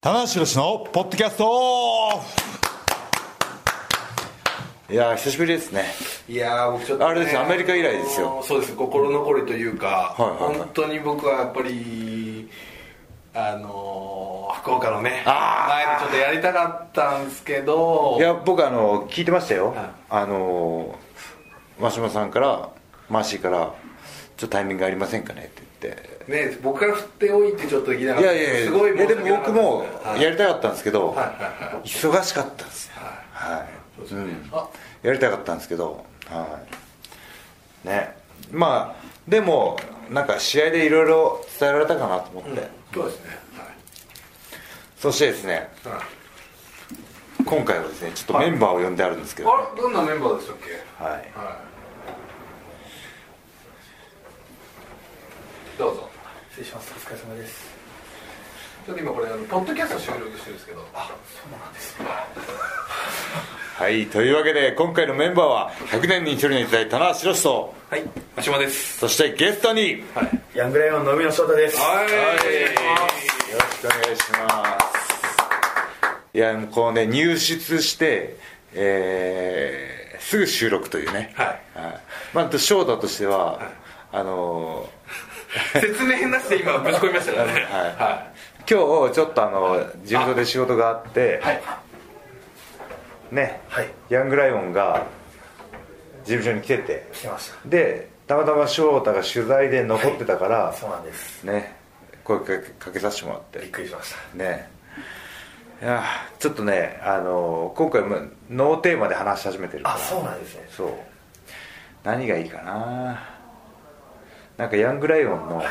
棚橋宏のポッドキャスト。いやー久しぶりですね。 いやー僕ちょっと、ね、 あれですアメリカ以来ですよ。 そうです、心残りというか、 はいはいはい、 本当に僕はやっぱり福岡のね前でちょっとやりたかったんですけど、 いや僕聞いてましたよ、 はい、 真島さんからマーシーからちょっとタイミングありませんかねって言ってね、僕から振っておいてちょっとできなかった。 いやすごいでも僕もやりたかったんですけど、 はいはいはい、 忙しかったんですよ。 はい、はい、そうですね、 やりたかったんですけど、はいね、まあでもなんか試合でいろいろ伝えられたかなと思って、 そうですね、はい、 そしてですね、今回はですねちょっとメンバーを呼んであるんですけど、 どんなメンバーでしたっけ。 はい、 どうぞ。失礼します。お疲れ様です。ちょっと今これポッドキャスト収録してるんですけど、そうなんですね。 はい、というわけで今回のメンバーは100年に一人の一代棚橋宏と、 はい、真島です。 そしてゲストに、 はい、ヤングライオンの海野翔太です。 はい、よろしくお願いします。いやもうこうね入室して、すぐ収録というね、 はい、 まあ翔太としては、 はい、説明なしで今ぶち込みましたからね。 はい、今日ちょっと事務所で仕事があってね、 はい、 ヤングライオンが事務所に来ました。 でたまたま翔太が取材で残ってたから、 はい、そうなんですね、声かけさせてもらってびっくりしましたね。いやちょっとね今回もノーテーマで話し始めてるから。 そうなんですね。 そう何がいいかなんかヤングライオンの、はい、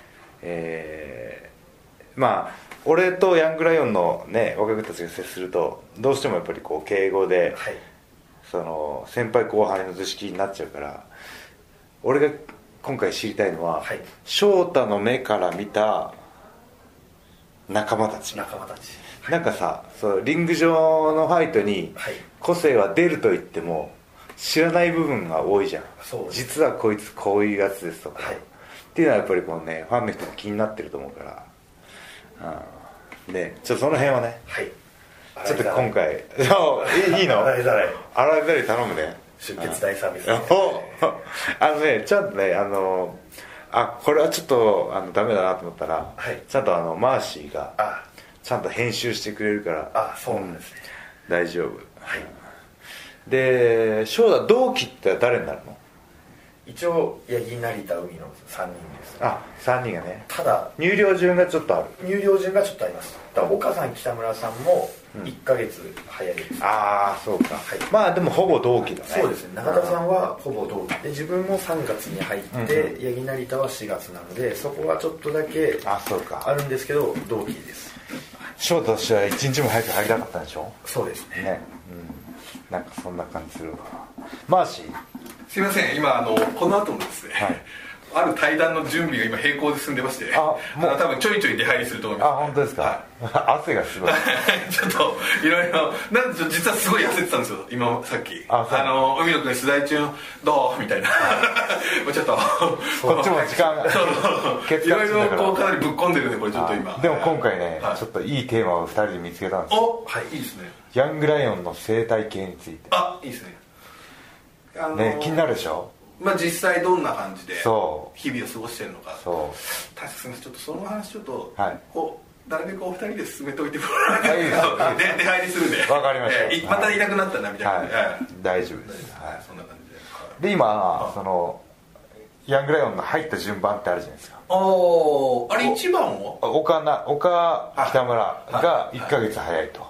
まあ俺とヤングライオンのね若手たちが接するとどうしてもやっぱりこう敬語で、はい、その先輩後輩の図式になっちゃうから、俺が今回知りたいのは、はい、翔太の目から見た仲間たち、はい、なんかさそうリング上のファイトに個性は出ると言っても知らない部分が多いじゃん。実はこいつこういうやつですとか、はい、っていうのはやっぱりこのねファンの人も気になってると思うから、でちょっとその辺はね、はい、ちょっと今回いいの洗いざらい頼むね。 出血大サービスね。 ねちゃんとねこれはちょっとダメだなと思ったら、はい、ちゃんとマーシーがちゃんと編集してくれるから、 そうなんですね、 大丈夫。はい、で翔太同期って誰になるの？ 一応八木成田海の3人です。 3人がね。 ただ入寮順がちょっとある。 入寮順がちょっとあります。だから岡さん北村さんも1ヶ月早いです。 そうか、はい、まあでもほぼ同期だね。 そうですね、中田さんはほぼ同期で、自分も3月に入って、八木成田は4月なので、そこはちょっとだけあるんですけど同期です。 翔太としては一日も早く入りたかったんでしょ？ そうですね、 なんかそんな感じするわ。マーシー、 すいません、今この後もですね、はい、ある対談の準備が今並行で進んでまして、多分ちょいちょい出入りすると思います。 本当ですか？はい、汗がすごいちょっといろいろなんで実はすごい痩せてたんですよ今さっき。海野君取材中のどうみたいなもうちょっとこっちも時間がいろいろこうかなりぶっ込んでるんで、これちょっと今でも今回ね、ちょっといいテーマを2人で見つけたんですよ。 いいですね。 ヤングライオンの生態系について。 いいですね。 気になるでしょ？ 実際どんな感じで日々を過ごしてるのか。 そう確かにちょっとその話ちょっと、 はい、 なるべくお二人で進めておいてもらえないと出入りするんで。 わかりました。 またいなくなったなみたいな、 大丈夫です。 そんな感じで今そのヤングライオンの入った順番ってあるじゃないですか。 あれ1番を岡北村が1ヶ月早いと。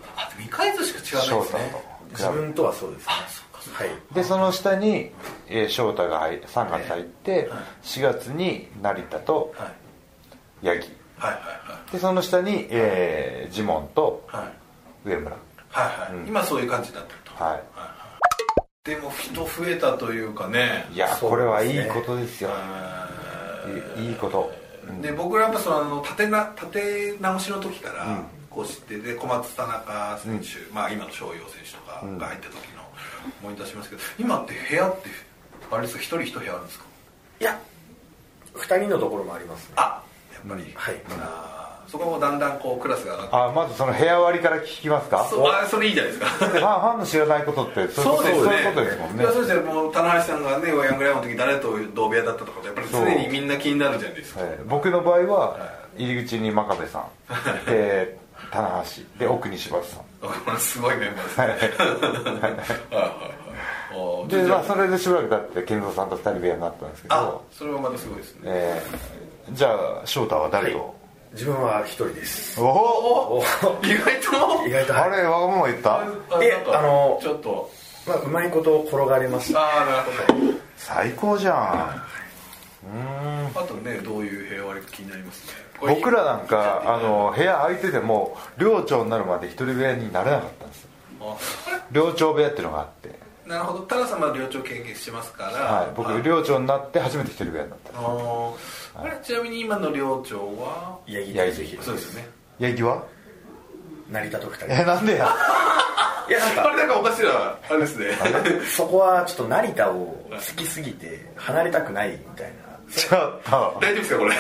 2ヶ月しか違わないですね。 自分とはそうですね。 はい、でその下に翔太が3月入って、4月に成田と八木、でその下にジモンと上村、 今そういう感じになってると。でも人増えたというかね。 いやこれはいいことですよ。いいこと。 で僕らやっぱ立て直しの時からこう知ってで小松田中選手、今の翔陽選手とかが入った時の思い出しますけど、今って部屋ってあれですか、1人1部屋あるんですか？ いや2人のところもありますね。 やっぱり、 はい、 そこもだんだんこうクラスが上がって、 まずその部屋割りから聞きますか。 それいいじゃないですか。 ファンの知らないことってそういうことですもんね。 そうですね。もう棚橋さんがねヤングライオンの時誰と同部屋だったとかやっぱり常にみんな気になるじゃないですか。 僕の場合は入り口に真壁さんで棚橋で奥に柴田さんすごいメンバーですね。 でそれでしばらく経って健三さんと2人部屋になったんですけど、 それはまたすごいですね。 じゃあ翔太は誰と。 自分は一人です。 お意外とあれわがまま言った。 ちょっとうまいこと転がれました。 なるほど。 最高じゃん。あとねどういう部屋割りか気になりますね。 僕らなんか部屋空いてても寮長になるまで一人部屋になれなかったんですよ。寮長部屋っていうのがあって。 なるほど。タラさんは寮長経験してますから、 僕寮長になって初めて一人部屋になった。 ちなみに今の寮長は八木大関。そうですよね。 八木は成田と2人。 なんでや。 いやなんかおかしいなあれですね。 そこはちょっと成田を好きすぎて離れたくないみたいな。 ちょっと大丈夫ですかこれ。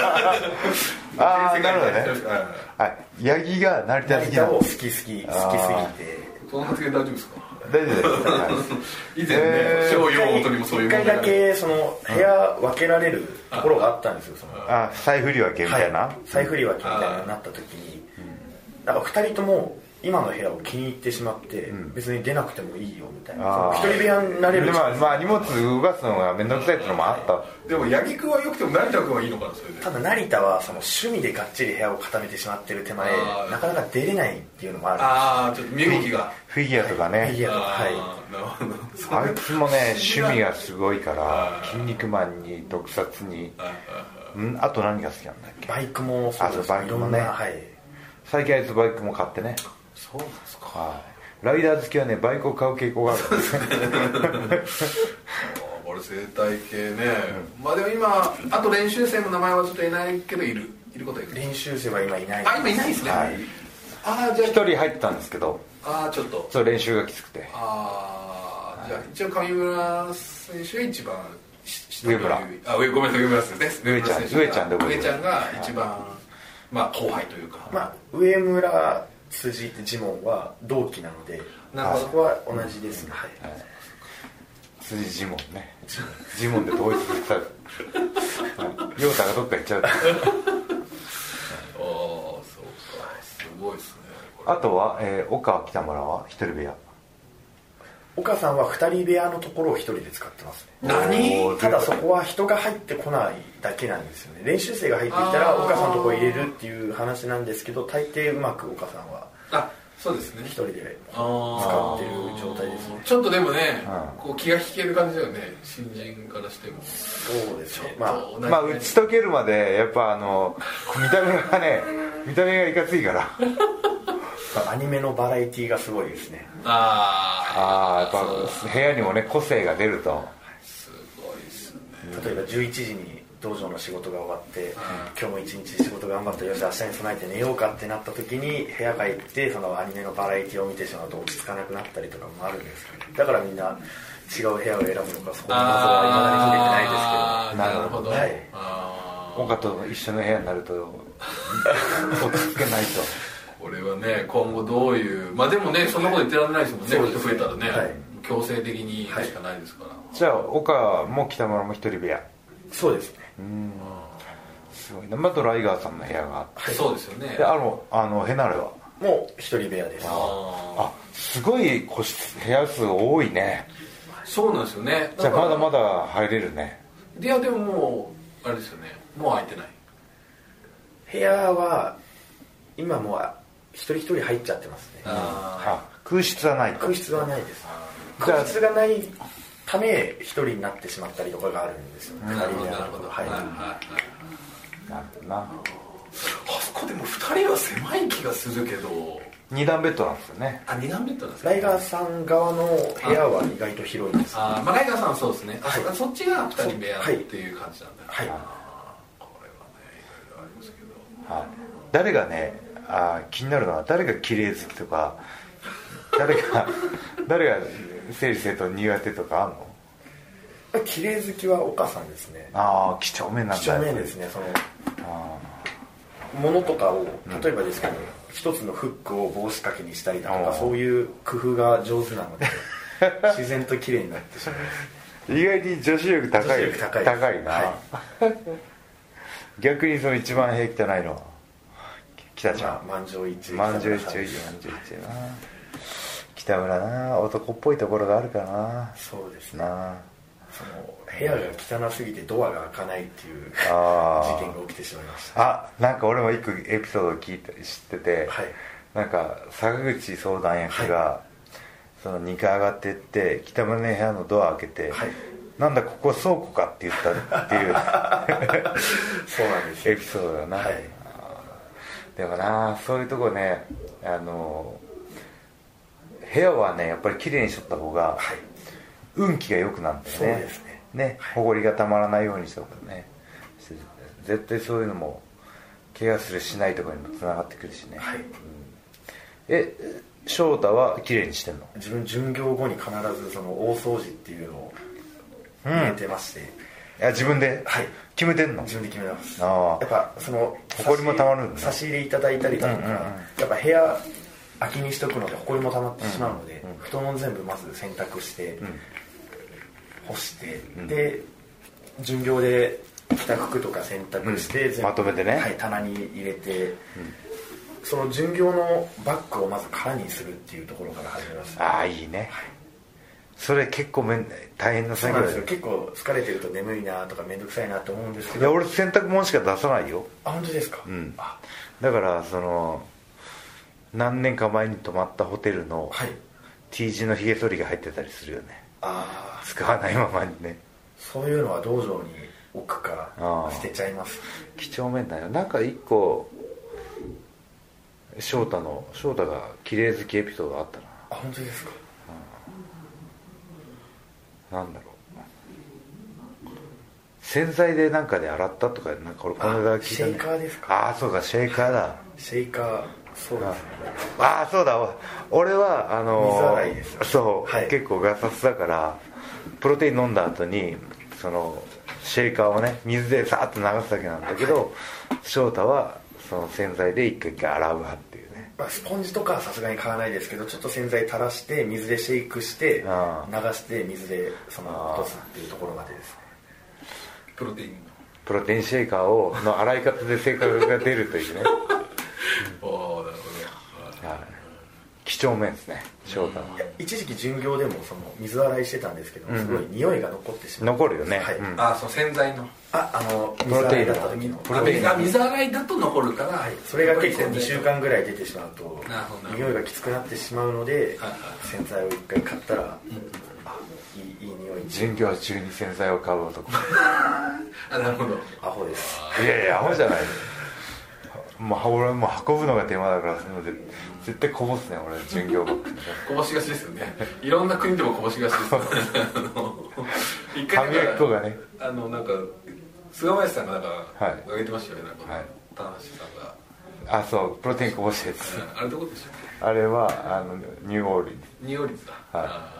なるほどね。八木が成田好きなの。 好きすぎて。 その発言大丈夫ですか。 大丈夫です。 以前ね商用元にもそういう一回だけその部屋分けられるところがあったんですよ。 財布振り分けみたいな。 財布振り分けみたいになった時になんか2人とも今の部屋を気に入ってしまって別に出なくてもいいよみたいな。一人部屋になれる。 荷物動かすのが面倒くさいってのもあった。 でも八木君はよくても成田君はいいのかな。それでただ成田はその趣味でがっちり部屋を固めてしまってる手前なかなか出れないっていうのもあるんです。 ちょっと身動きがフィギュアとかね。 フィギュアとかなるほど。 あいつもね趣味がすごいから筋肉マンに毒殺にあと何が好きなんだっけ。 バイクもそうです。 バイクもね。最近あいつバイクも買ってね。 そうなんですか。 ライダー好きはねバイクを買う傾向があるんですね。 俺生態系ね。でも今あと練習生の名前はちょっといないけどいることはいる。 練習生は今いない。 今いないですね。 じゃあ一人入ってたんですけどちょっとそう練習がきつくて。 じゃあ一応上村選手が一番上村ごめんなさい上村ですね。 上ちゃん上ちゃんが一番後輩というか。 上村辻ってジモンは同期なのでそこは同じですね。 辻ジモンね。ジモンで統一される。陽太がどっか行っちゃう。 そうかすごいですね。 あとは岡北村は一人部屋。 岡さんは2人部屋のところを1人で使ってますね。ただそこは人が入ってこないだけなんですよね。練習生が入ってきたら岡さんのところ入れるっていう話なんですけど大抵うまく岡さんはそうですね 1人で使ってる状態ですね。 ちょっとでもねこう気が引ける感じだよね新人からしても。 そうですね。 打ち解けるまでやっぱ見た目がいかついからアニメのバラエティがすごいですね。 やっぱ部屋にもね個性が出るとすごいですね。 例えば11時に道場の仕事が終わって今日も一日仕事頑張ったよし明日に備えて寝ようかってなった時に部屋帰ってそのアニメのバラエティを見てしまうと落ち着かなくなったりとかもあるんですけどだからみんな違う部屋を選ぶのかそこの謎は未だに解けてないですけど。 なるほど。 岡と一緒の部屋になると落ち着けないと。 これはね今後どういうでもねそんなこと言ってられないですもんね。人増えたらね強制的にしかないですから。 じゃあ岡も北村も一人部屋。 そうですね。 すごいな。またライガーさんの部屋があって。 そうですよね。 でヘナレはもう一人部屋です。 すごい部屋数多いね。 そうなんですよね。 じゃあまだまだ入れるね。 いやでももうあれですよねもう空いてない。 部屋は今もう一人一人入っちゃってますね。 空室はないと。 空室はないです。空室がないため一人になってしまったりとかがあるんですよ。 なるほどなるほど。 なるほどな。 あそこでも2人は狭い気がするけど 2段ベッドなんですよね。 2段ベッドなんですか。 ライガーさん側の部屋は意外と広いんです。 ライガーさんはそうですね。そっちが2人部屋っていう感じなんだ。これはねいろいろありますけど。 誰がね気になるのは誰が綺麗好きとか誰が整理整頓苦手とかあるの。 綺麗好きは岡さんですね。 几帳面なんだ。 几帳面ですね。 ものとかを例えばですけど、一つのフックを帽子掛けにしたりだとか、そういう工夫が上手なので自然と綺麗になってしまいます。 意外に女子力高いな、はい、逆にその一番部屋汚いのは北ちゃん、 満場一致な北村な、男っぽいところがあるからな。 そうですね、 なその部屋が汚すぎてドアが開かないっていう事件が起きてしまいました。 あ、なんか俺も一個エピソードを知ってて、 はい、 なんか坂口相談役が、はい、その2階上がってって、北村の部屋のドア開けて、はい、なんだここは倉庫かって言ったっていうそうなんですエピソードだな、はい、でもな、そういうとこね、部屋はねやっぱり綺麗にしとった方が、はい、運気が良くなるんだよね。 そうですね、 ほこりがたまらないようにしとくね。絶対そういうのも怪我するしないとかにもつながってくるしね、はい、翔太は綺麗にしてんの？ 自分巡業後に必ずその大掃除っていうのを入れてまして、 いや自分で決めてんの？ 自分で決めてます。 あ、 やっぱそのほこりもたまるんだ、 差し入れいただいたりだとか、やっぱ部屋空きにしとくのでほこりもたまってしまうので、布団を全部まず洗濯して、干して、で巡業で着た服とか洗濯して、全部まとめてね、 はい、棚に入れて、その巡業のバッグをまず空にするっていうところから始めます。 ああ、いいね、はい、それ結構大変な作業ですよ。結構疲れてると眠いなとか面倒くさいなと思うんですけど。 いや俺洗濯物しか出さないよ。 あ、本当ですか？ だからその何年か前に泊まったホテルの T 字のひげ剃りが入ってたりするよね。 ああ、 使わないままにね。 そういうのは道場に置くか捨てちゃいます。 几帳面だよ。なんか一個翔太が綺麗好きエピソードあったな。 あ、本当ですか？ なんだろう、洗剤でなんかで洗ったとか、なんか俺この間聞いた、ね、 シェイカーですか？ ああ、そうか、シェイカーだ。 シェイカー、そうですね。 ああ、そうだ、俺は水洗いです。 そう、はい、結構ガサツだからプロテイン飲んだ後にそのシェイカーをね水でさーっと流すだけなんだけど、翔太はその洗剤で一回一回洗う派っていうね。 スポンジとかはさすがに買わないですけど、ちょっと洗剤垂らして水でシェイクして流して水でその落とすっていうところまでですね。 プロテインシェイカーの洗い方で性格が出るというねおお、なるほど。 几帳面ですね、翔太は。 一時期巡業でもその水洗いしてたんですけど、すごい匂いが残ってしまう。 残るよね、はい、 あ、その洗剤の水洗いだった時の水洗いだと残るから、はい、 それが結構2週間ぐらい出てしまうと匂いがきつくなってしまうので、洗剤を1回買ったら、いい匂い。 巡業中に洗剤を買う男あ、なるほど。 アホです。 いやいや、アホじゃない俺も運ぶのが手間だから絶対こぼすね、俺巡業バッグこぼしがちですよね。いろんな国でもこぼしがちですよね。一回歯磨き粉がね、 なんか菅林さんがなんかあげてましたよね、なんか、 はい、 田橋さんが。 あ、そう、プロテインこぼしたやつ。 あれどこでしたっけ？ あれはニューオーリンズ。 ニューオーリンズだ。 はい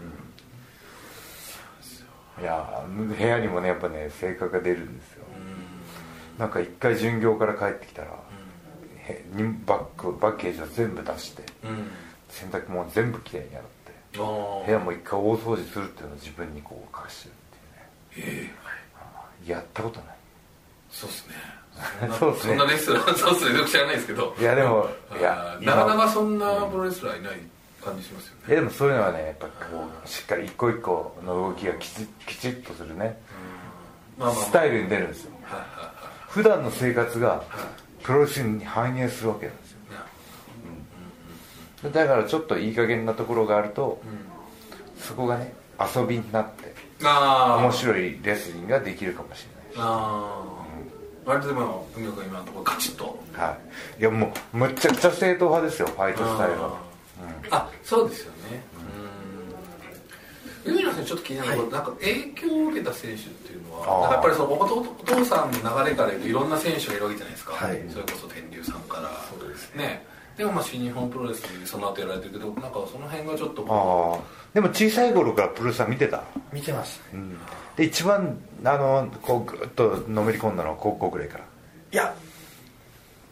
、いや部屋にもねやっぱね性格が出るんですよ。なんか一回巡業から帰ってきたら、バッケージを全部出して、洗濯物全部きれいに洗って部屋も一回大掃除するっていうのを自分にこう課してるっていうね。やったことない。 そうっすね。 そうっすね。 そんなレスラー、そうっすね、よく知らないですけど。 いやでもなかなかそんなプロレスラーいない感じしますよね。 でもそういうのはねやっぱこうしっかり一個一個の動きがきちっとするね、スタイルに出るんですよ。普段の生活がプロレスに反映するわけなんですよ、だからちょっといい加減なところがあると、そこがね遊びになって面白いレスリングができるかもしれないし、 割とでも海野君今のところカチッと、 はい、いやもうむちゃくちゃ正統派ですよ、ファイトスタイルは。 あ、そうですよね。海野選手ちょっと気になるのが、なんか影響を受けた選手っていうのはやっぱりそのお父さんの流れから言うといろんな選手がいるわけじゃないですか、はい、それこそ天竜さんからそうですね。でも新日本プロレスにその後やられてるけど、なんかその辺がちょっとでも小さい頃からプロレスは見てた？ 見てました、 で一番こうグッとのめり込んだのは高校ぐらいから？ いや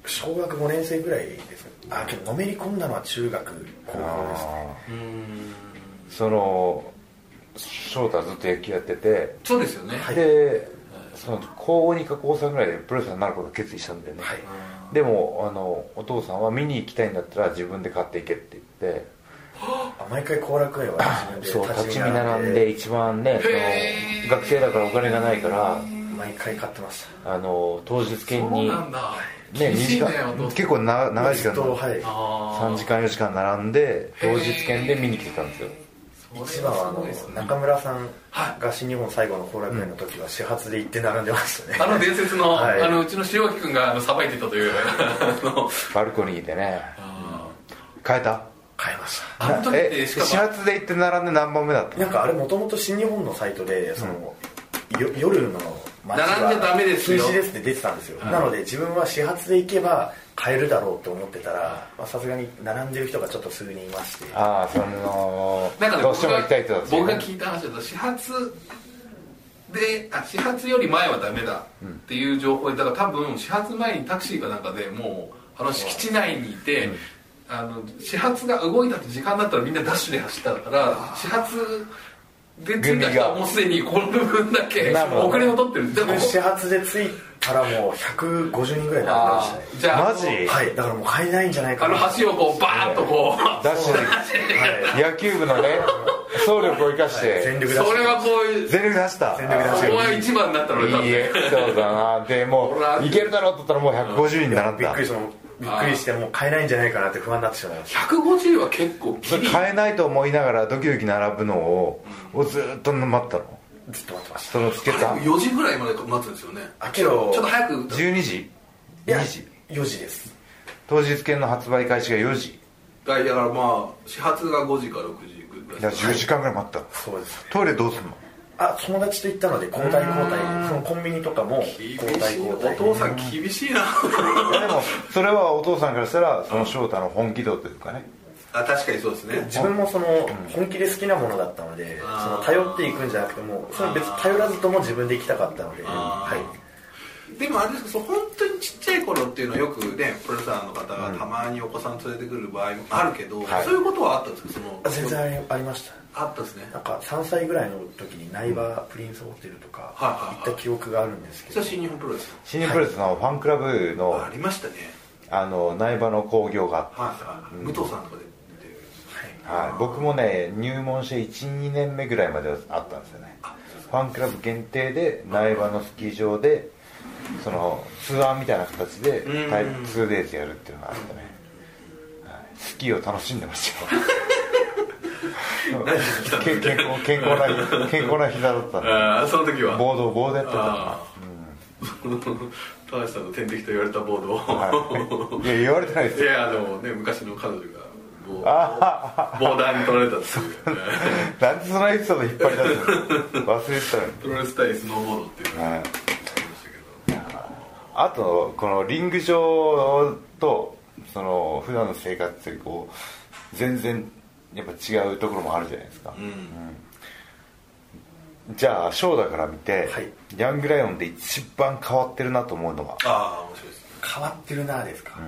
小学5年生ぐらいですか。けどのめり込んだのは中学高校ですね。 その翔太はずっと野球やってて、 そうですよね。 でその高2か高3ぐらいでプロレスラーになることを決意したんだよね、でもお父さんは見に行きたいんだったら自分で買っていけって言って、 毎回後楽園は自分で立ち見並んで一番ね、その学生だからお金がないから毎回買ってました。 当日券にそうなんだ、 ね、2時間結構長い時間、3時間4時間並んで当日券で見に来てたんですよ。 一番は中村さんが新日本最後の後楽園の時は始発で行って並んでましたね。 伝説の、うちの塩脇君がさばいてたというバルコニーでね。買えた？ 買えました。 始発で行って並んで何番目だった？ なんかあれもともと新日本のサイトで夜の街は並んじゃダメですよ禁止ですって出てたんですよ、なので自分は始発で行けば買えるだろうと思ってたら、さすがに並んでる人がちょっと数人いまして、 なんかどうしても行きたい人だった、 僕が聞いた話だと始発より前はダメだっていう情報で、だから多分始発前にタクシーかなんかでもう敷地内にいて、始発が動いたって時間だったらみんなダッシュで走ったから始発で着いた人はもうすでにこの部分だけ遅れを取ってる。 でも始発で着いたらもう150人ぐらいになりましたね。 じゃあマジ？ はい、だからもう買えないんじゃないかな。 橋をこうバーンとこうダッシュで野球部のね総力を生かして全力出して、 それはこういう全力出した。 全力出して、 お前一番になったのに。 いいエピソードだな。でもういけるだろうって言ったらもう150人に並んだ。 びっくりしてもう買えないんじゃないかなって不安になってしまいました。 150は結構ギリ買えないと思いながらドキドキ並ぶのをずっと待ったの。 ずっと待ってました。 そのつけた 4時ぐらいまで待つんですよね。 けどちょっと早く 12時 2時4時です。 当日券の発売開始が4時だから始発が5時か6時ぐらい。 だから10時間ぐらい待った。 そうです。 トイレどうすんの？ 友達と行ったので交代交代、そのコンビニとかも交代交代。 お父さん厳しいな。 でもそれはお父さんからしたらその翔太の本気度というかね。 確かにそうですね。 自分も本気で好きなものだったので、頼っていくんじゃなくても別に頼らずとも自分で行きたかったので、 でもあれですけど、本当にちっちゃい頃っていうのはよくねプロレスラーの方がたまにお子さん連れてくる場合もあるけど、そういうことはあったんですか？ 全然ありました。 あったですね。 なんか3歳ぐらいの時に苗場プリンスホテルとか行った記憶があるんですけど、 新日本プロレスのファンクラブのありましたね。 苗場の興行があって、武藤さんとかで僕もね入門して 1,2 年目ぐらいまであったんですよね。ファンクラブ限定で苗場のスキー場でそのツアーみたいな形で 2days やるっていうのがあってね、スキーを楽しんでましたよ。健康な膝だったんで。 その時はボードやってたの。 田橋さんの天敵と言われたボードを、 いや言われてないですよ。 いや昔の彼女がボーダーに取られたっていうなんでそのエピソード引っ張り出すの？忘れてたのに。 プロレス対スノーボードっていうのがありましたけど、 あとこのリング上とその普段の生活よりこう全然やっぱ違うところもあるじゃないですか、じゃあショーだから見て、ヤングライオンで一番変わってるなと思うのは？ 面白いです。 変わってるなですか、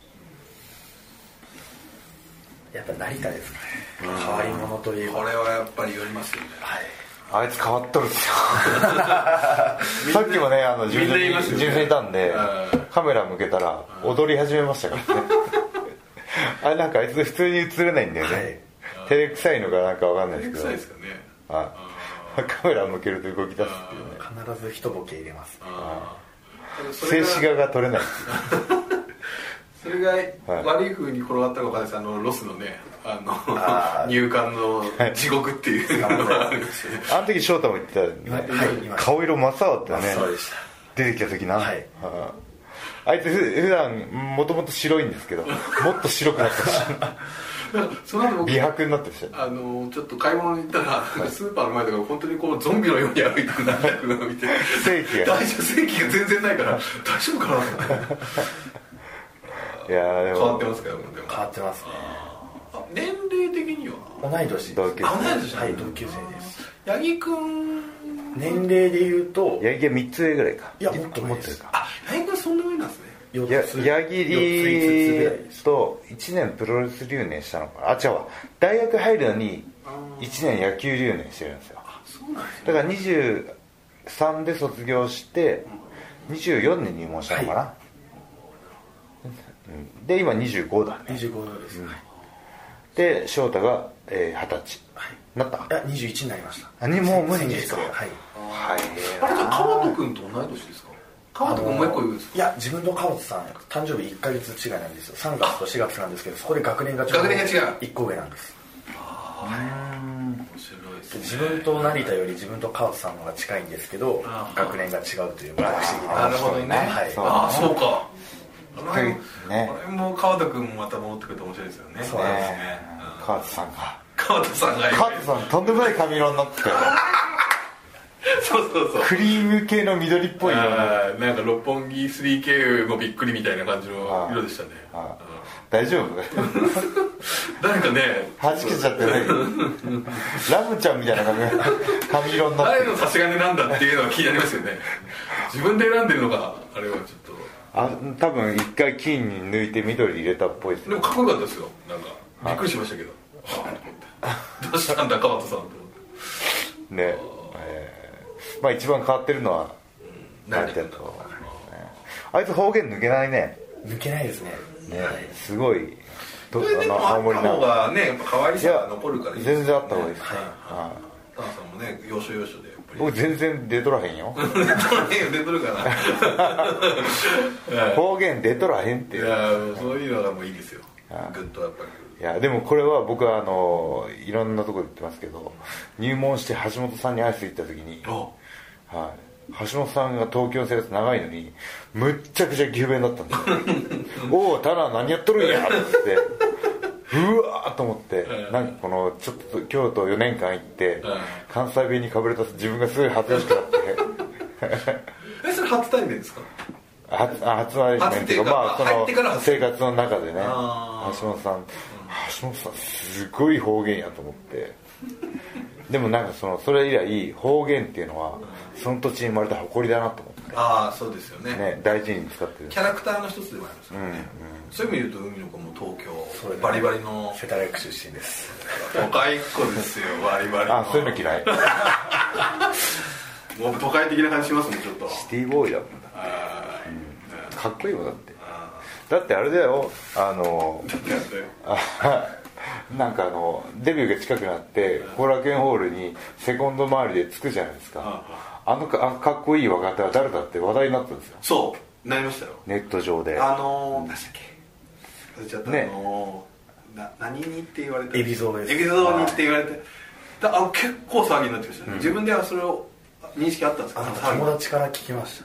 やっぱ成田ですかね。変わり者といえばこれはやっぱり寄りますよね。 あいつ変わっとるんですよ。さっきもね事務所にいたんでカメラ向けたら踊り始めましたからね。あれなんかあいつ普通に映れないんだよね、照れくさいのかなんかわかんないですけど、 照れくさいですかね。 カメラ向けると動き出すっていうね。 必ず一ボケ入れます。 静止画が撮れない。 それが悪い風に転がったかわかんないです。ロスのね入管の地獄っていうのがあるんですよね。 あの時翔太も言ってたよね、顔色真っ青だったよね。出てきた時な、あいつ普段もともと白いんですけどもっと白くなったしその後僕美白になってるし、 ちょっと買い物に行ったらスーパーの前とか本当にこうゾンビのように歩いてるなってのを見て正気が全然ないから大丈夫かなっていやでも変わってますか？でも変わってますね。 年齢的には同い年同級生。 はい同級生です。 八木くん年齢で言うと八木は3つ上ぐらいか。 いやもっと上です。 八木くんそんな上なんですね。 矢切と1年プロレス留年したのかな。あ、違うわ、大学入るのに1年野球留年してるんですよ。 そうなんですね。 だから23で卒業して24年入門したのかな、はい、で今25だね。 25です、 で翔太が20歳、なった。 いや21になりました。 もう無理ですか。 はい、 あれじゃあ川戸君と同い年ですか。川戸君もう一個上ですか。 いや、自分と川戸さん誕生日1ヶ月違いなんですよ。3月と4月なんですけど、そこで学年が学年が違う 1個上なんです。 面白いですね。 自分と成田より自分と川戸さんの方が近いんですけど、学年が違うという不思議な。 なるほどね、 はい、 そうか。あれも川田君もまた戻ってくると面白いですよね。 そうですね。 川田さん川田さんとんでもない髪色になってたよそうクリーム系の緑っぽい色なんか六本木 3K もびっくりみたいな感じの色でしたね。 大丈夫誰かねはじけちゃってねラムちゃんみたいな髪色になって誰の差し金なんだっていうのは気になりますよね。自分で選んでるのがあれはちょっと多分一回金に抜いて緑入れたっぽいです。 でもかっこよかったですよ。なんかびっくりしましたけどどうしたんだ川田さんと思ってね。まあ一番変わってるのは成田君だと、あいつ方言抜けないね。 抜けないですね。 すごいそれでもあった方がねやっぱ可愛さが残るからいいですね。 全然あった方がいいですね。 タナさんもね要所要所でやっぱり僕全然出とらへんよ出とるかな方言出とらへんっていう。 いやそういうのがもういいですよ。グッとやっぱり。 いやでもこれは僕はいろんなところで言ってますけど、入門して橋本さんに挨拶行った時に、橋本さんが東京の生活長いのにむっちゃくちゃ牛弁だったんですよおおタナ何やっとるんやってうわーと思って、なんかこのちょっと京都4年間行って関西弁にかぶれた自分がすごい恥ずかしくなってそれ初対面ですか。 初対面っていうか、まあその生活の中でね、橋本さんすごい方言やと思って。でもなんかそれ以来方言っていうのはその土地に生まれた誇りだなと思って。 そうですよね、大事に使ってるキャラクターの一つでもありますからね。そういう意味で言うと海野君も東京バリバリの世田谷区出身です。 都会っ子ですよバリバリの。 そういうの嫌いもう都会的な感じしますねちょっと。 シティボーイだもんかっこいいもんだってあれだよなんかデビューが近くなって後楽園ホールにセコンド周りで着くじゃないですか。かっこいい若手は誰だって話題になったんですよ。 そうなりましたよネット上で。 何でしたっけ忘れちゃったね。何にって言われて海老蔵です。 海老蔵にって言われて結構騒ぎになってましたね。自分ではそれを認識あったんですか。 友達から聞きました。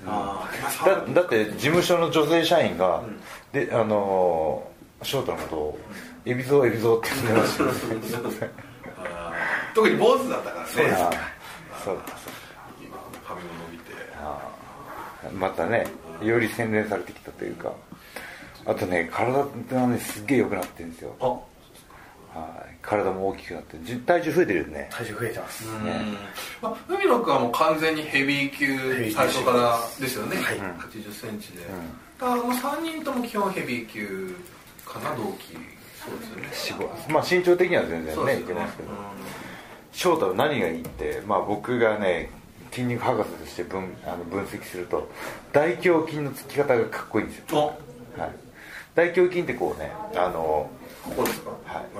だって事務所の女性社員がで翔太のことを海老蔵って言ってました特に坊主だったからね。 そう髪も伸びてまたねより洗練されてきたというか、あとね体がねすっげえ良くなってるんですよ。体も大きくなって体重増えてるよね。 体重増えてますね。海野君はもう完全にヘビー級最初からですよね。80センチで。3人とも基本ヘビー級かな同期。そうですよね。 まあ身長的には全然ねいけますけど。翔太は何がいいって、まあ僕がね筋肉博士として分析すると大胸筋のつき方がかっこいいんですよ。大胸筋ってこうねここですか。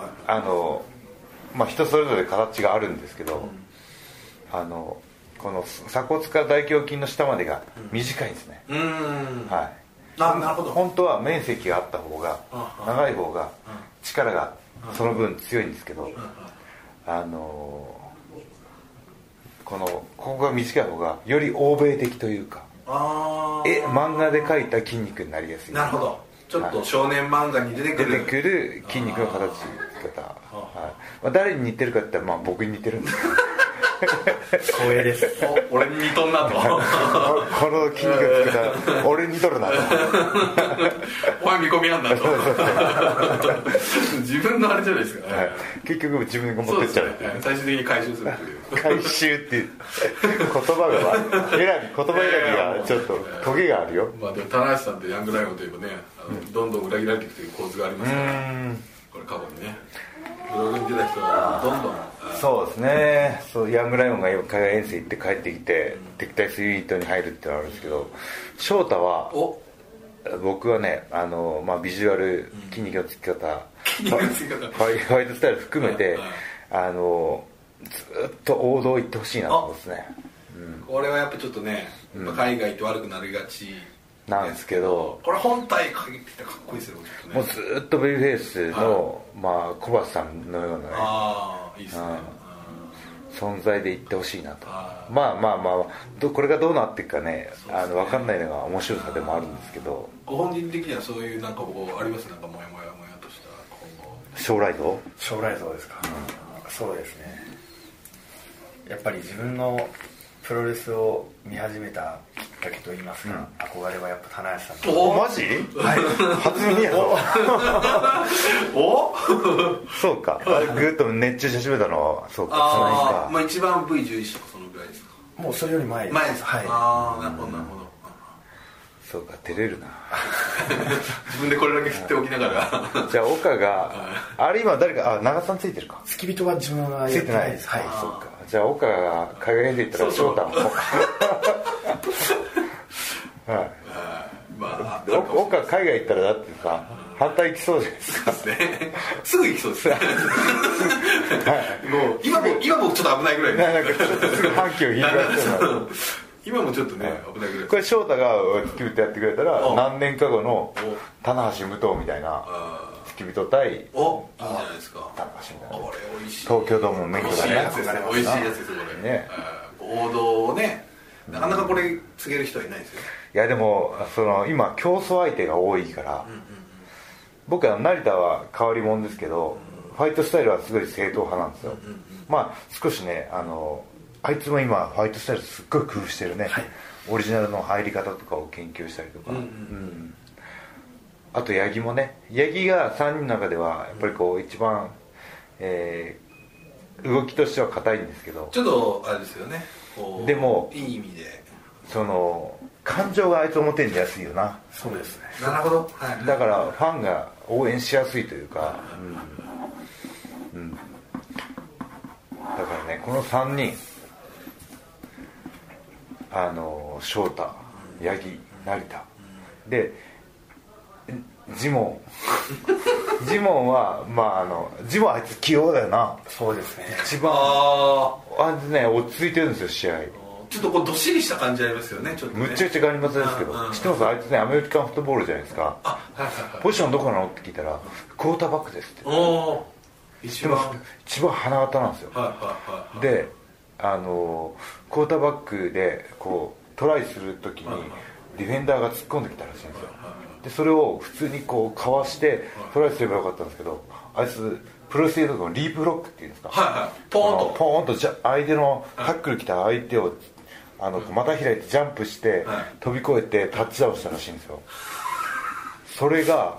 まあ人それぞれ形があるんですけど、この鎖骨から大胸筋の下までが短いんですね。 なるほど。 本当は面積があった方が長い方が力がその分強いんですけど、ここが短い方がより欧米的というか漫画で描いた筋肉になりやすい。 なるほど。ちょっと少年漫画に出てくる筋肉の形方、誰に似てるかって言ったらまあ僕に似てるんです光栄です。 俺に似とんなとこの筋肉つけた俺に似とるなとお前見込みあんだと自分のあれじゃないですか、 結局自分が持ってっちゃう、 最終的に回収するという回収っていう言葉選びがちょっとトゲがあるよ。 まあでも棚橋さんってヤングライオンといえばね、どんどん裏切られていくという構図がありますから、これ過去にねブログに出た人がどんどんそうですね、そうヤングライオンが海外遠征行って帰ってきて敵対するユニットに入るってのがあるんですけど、翔太は僕はねビジュアル筋肉のつき方、ファイトスタイル含めてずっと王道行ってほしいなと思うんですね。 これはやっぱちょっっとね、海外って悪くなりがちなんですけど、 これ本体限ってかっこいいですよ、ね、 もうずっとベイビーフェイスの、小橋さんのようなね、 いいですね、 存在でいってほしいなと。これがどうなっていくかね、分かんないのが面白さでもあるんですけど、 ご本人的にはそういうなんかあります？なんかモヤモヤとした今後将来像ですか、そうですね、やっぱり自分のプロレスを見始めたきっかけといいますか、憧れはやっぱ棚橋さんの。 マジ？はい、初耳やぞそうか、ぐっと熱中し始めたのはそうか、 一番 V11 とかそのぐらいですか？ もうそれより前です。 前です。はい。なるほど。 そうか、照れるな自分でこれだけ振っておきながらじゃあ岡があれ今誰か長さんついてるか？ 付き人は自分はついてないです。はい、そうか。じゃあ岡が海外で行ったら翔太も岡海外行ったらだってさ反対行きそうじゃないですか。 すぐ行きそうですねもう今もちょっと危ないぐらいなんかすぐ反旗を翻しそう今もちょっとね、危ないぐらい。 これ翔太が付き人やってくれたら何年か後の棚橋武藤みたいな付き人対いいじゃないですか。 棚橋みたいな、 これ美味しい、 東京ドームの免許だね。 美味しいやつですこれね。王道をね、なかなかこれ告げる人はいないですよ。 いやでも今競争相手が多いから、僕は成田は変わり者ですけど、ファイトスタイルはすごい正統派なんですよ。少しねあいつも今ファイトスタイルすっごい工夫してるね、オリジナルの入り方とかを研究したりとか、あと八木もね、八木が3人の中ではやっぱり一番、動きとしては硬いんですけど、 ちょっとあれですよね、 でもいい意味で感情があいつ表に出やすいよな。 そうですね。 なるほど、 だからファンが応援しやすいというか、だからね、この3人翔太、八木、成田でジモンはジモンあいつ器用だよな。 そうですね。 一番落ち着いてるんですよ試合。 ちょっとどっしりした感じありますよね。ちょっとねむっちゃくちゃガニ股ですけど、知ってます？あいつねアメリカンフットボールじゃないですか。ポジションどこなのって聞いたらクォーターバックですって。一番花形なんですよ。でクォーターバックでトライするときにディフェンダーが突っ込んできたらしいんですよ。でそれを普通にかわしてトライすればよかったんですけど、あいつプロレスでいうとこのリープロックっていうんですか、ポーンと相手のタックル来た相手を股開いてジャンプして飛び越えてタッチダウンしたらしいんですよ。それが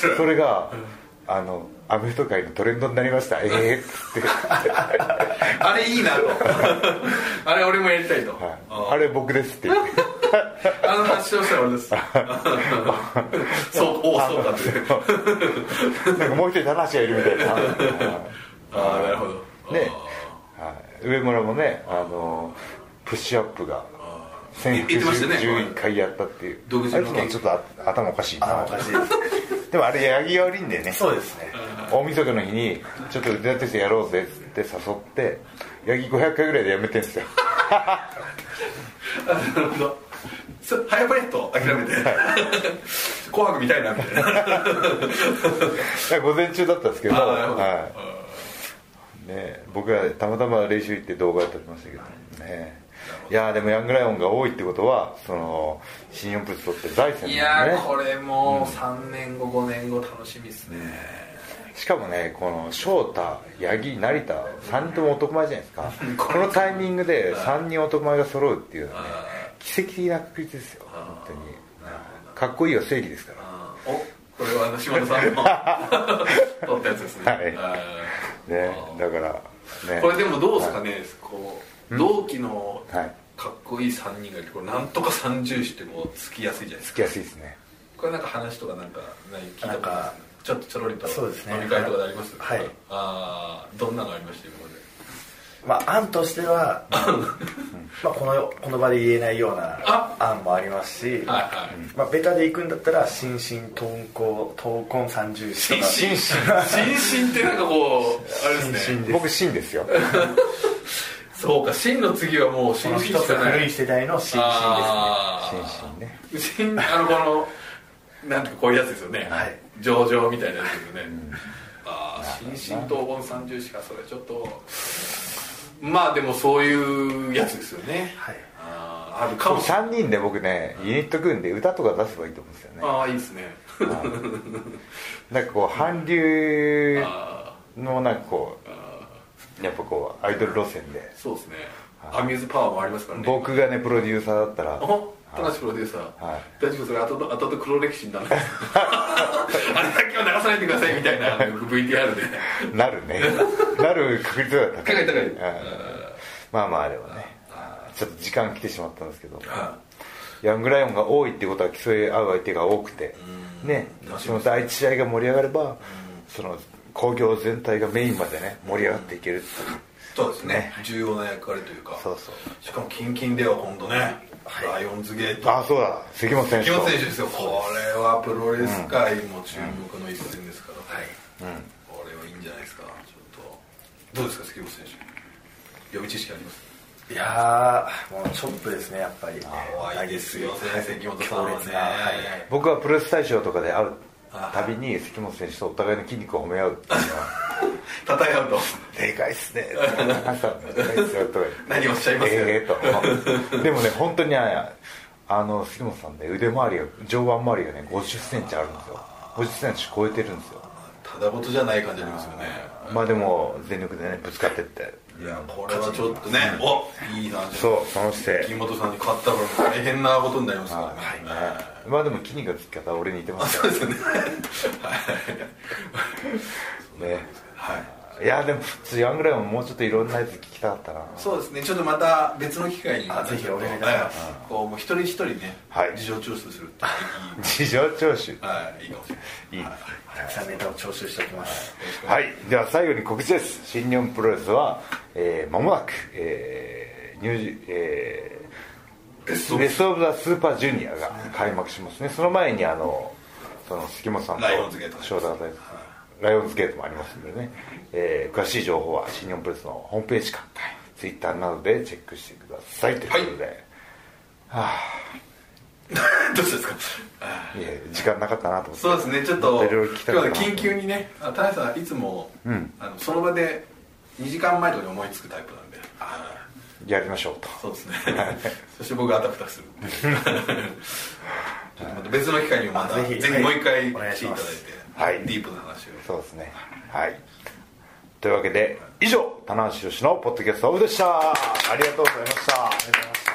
アメフト界のトレンドになりました。ってあれいいなとあれ俺もやりたいと、 あれ僕ですって言って視聴者は俺ですそうだってなんかもう一人棚橋がいるみたいななるほどね。上村もねプッシュアップが1111回やったっていう、あれちょっと頭おかしいな。でもあれ八木が悪いんだよね。 そうですね。 大晦日の日にちょっと腕立てしてやろうぜって誘って八木500回ぐらいでやめてんですよなるほど。早くと諦めて紅白見たいなみたいな午前中だったんですけど、僕はたまたま練習行って動画撮りましたけどね。いやでもヤングライオンが多いってことは新日本プロレスとって財産だよね。 いやこれもう3年後5年後楽しみですね。 しかもねこの翔太、八木、成田3人とも男前じゃないですかこのタイミングで3人男前が揃うっていうのはね奇跡的な確率ですよ本当に。かっこいいは正義ですから。 お、これは島田さんの撮ったやつですね。 はい、ね、だからね。 これでもどうですかね、こう同期のはいかっこいい3人がいて、これなんとか三重視ってこうつきやすいじゃないですか。 つきやすいですね。 これなんか話とかなんか聞いたことあります？ちょっとちょろりとそうですね、 飲み会とかであります？ はい。 ああ、どんなのがありました今まで？ まあ案としてはまあこの場で言えないような案もありますし、 はいはい、 まあベタで行くんだったら心身闘魂三重視とか。 心身ってなんかこうあれですね。 僕心ですよ。 そうか、心の次はもう心身しかない。 古い世代の心心ね。 心このなんていうかこういうやつですよね。 はい。 上場みたいなやつですよね。ああ、心身闘魂三重視か、それちょっと。まあでもそういうやつですよね。 はい。 あるかもしれない。 3人で僕ねユニット組んで歌とか出せばいいと思うんですよね。 ああ、いいですね。 なんかこう韓流のなんかこうやっぱこうアイドル路線で。 そうですね。アミューズパワーもありますからね。 僕がねプロデューサーだったら。 田無プロデューサー、 はい、 大丈夫、それ後々黒歴史になるあれだけは流さないでくださいみたいな VTR でなるね。なる確率が高い。 高い。 まあまあでもねちょっと時間来てしまったんですけど、ヤングライオンが多いってことは競い合う相手が多くてね、その第一試合が盛り上がればその興行全体がメインまでね盛り上がっていけるっていう。 そうですね、重要な役割というか。 そうそう。 しかもキンキンでは今度ね、ライオンズゲート。 あ、そうだ、関本選手。 関本選手ですよ。これはプロレス界も注目の一戦ですから、はい、これはいいんじゃないですか。ちょっとどうですか関本選手、予備知識あります？ いやー、もうチョップですね、やっぱり。 怖いですよね、関本さんはね。 僕はプロレス大賞とかで会うたびに関本選手とお互いの筋肉を褒め合うっていうのはたたえ合うとでかいっすね何をおっしゃいますとでもね本当に関本さんね腕周りが上腕周りがね50センチあるんですよ。50センチ超えてるんですよ。 ただ事じゃない感じありますよね。 まあでも全力でねぶつかってっていやこれはちょっとね、おいいな。 そうその姿勢木本さんに勝ったら大変なことになりますからね。 まあでも筋肉のつき方は俺に似てますそうですよね。 いやでもヤングライオンもうちょっといろんなやつ聞きたかったな。 そうですね、ちょっとまた別の機会にぜひお願いします。 こうもう一人一人ね、事情聴取するって事情聴取、 はい、いいかもしれない。いい、 たくさんネタを聴取しておきます。 はい、では最後に告知です。新日本プロレスは間もなくベストオブザスーパージュニアが開幕しますね。その前にその関本さんとライオンズゲートライオンズゲートもありますのでね、詳しい情報は新日本プロレスのホームページか、ツイッターなどでチェックしてくださいということで、 どうしたんですか？ いや時間なかったなと思って。 そうですね、ちょっといろいろ聞きたかったな。 緊急にね、田中さんいつも、その場で2時間前とかに思いつくタイプなんでやりましょうと。 そうですねそして僕があたふたするちょっとまた別の機会にもまたぜひもう一回来ていただいて、ディープな話を。 そうですね、はい。というわけで以上棚橋宏のポッドキャストオフでした。ありがとうございました。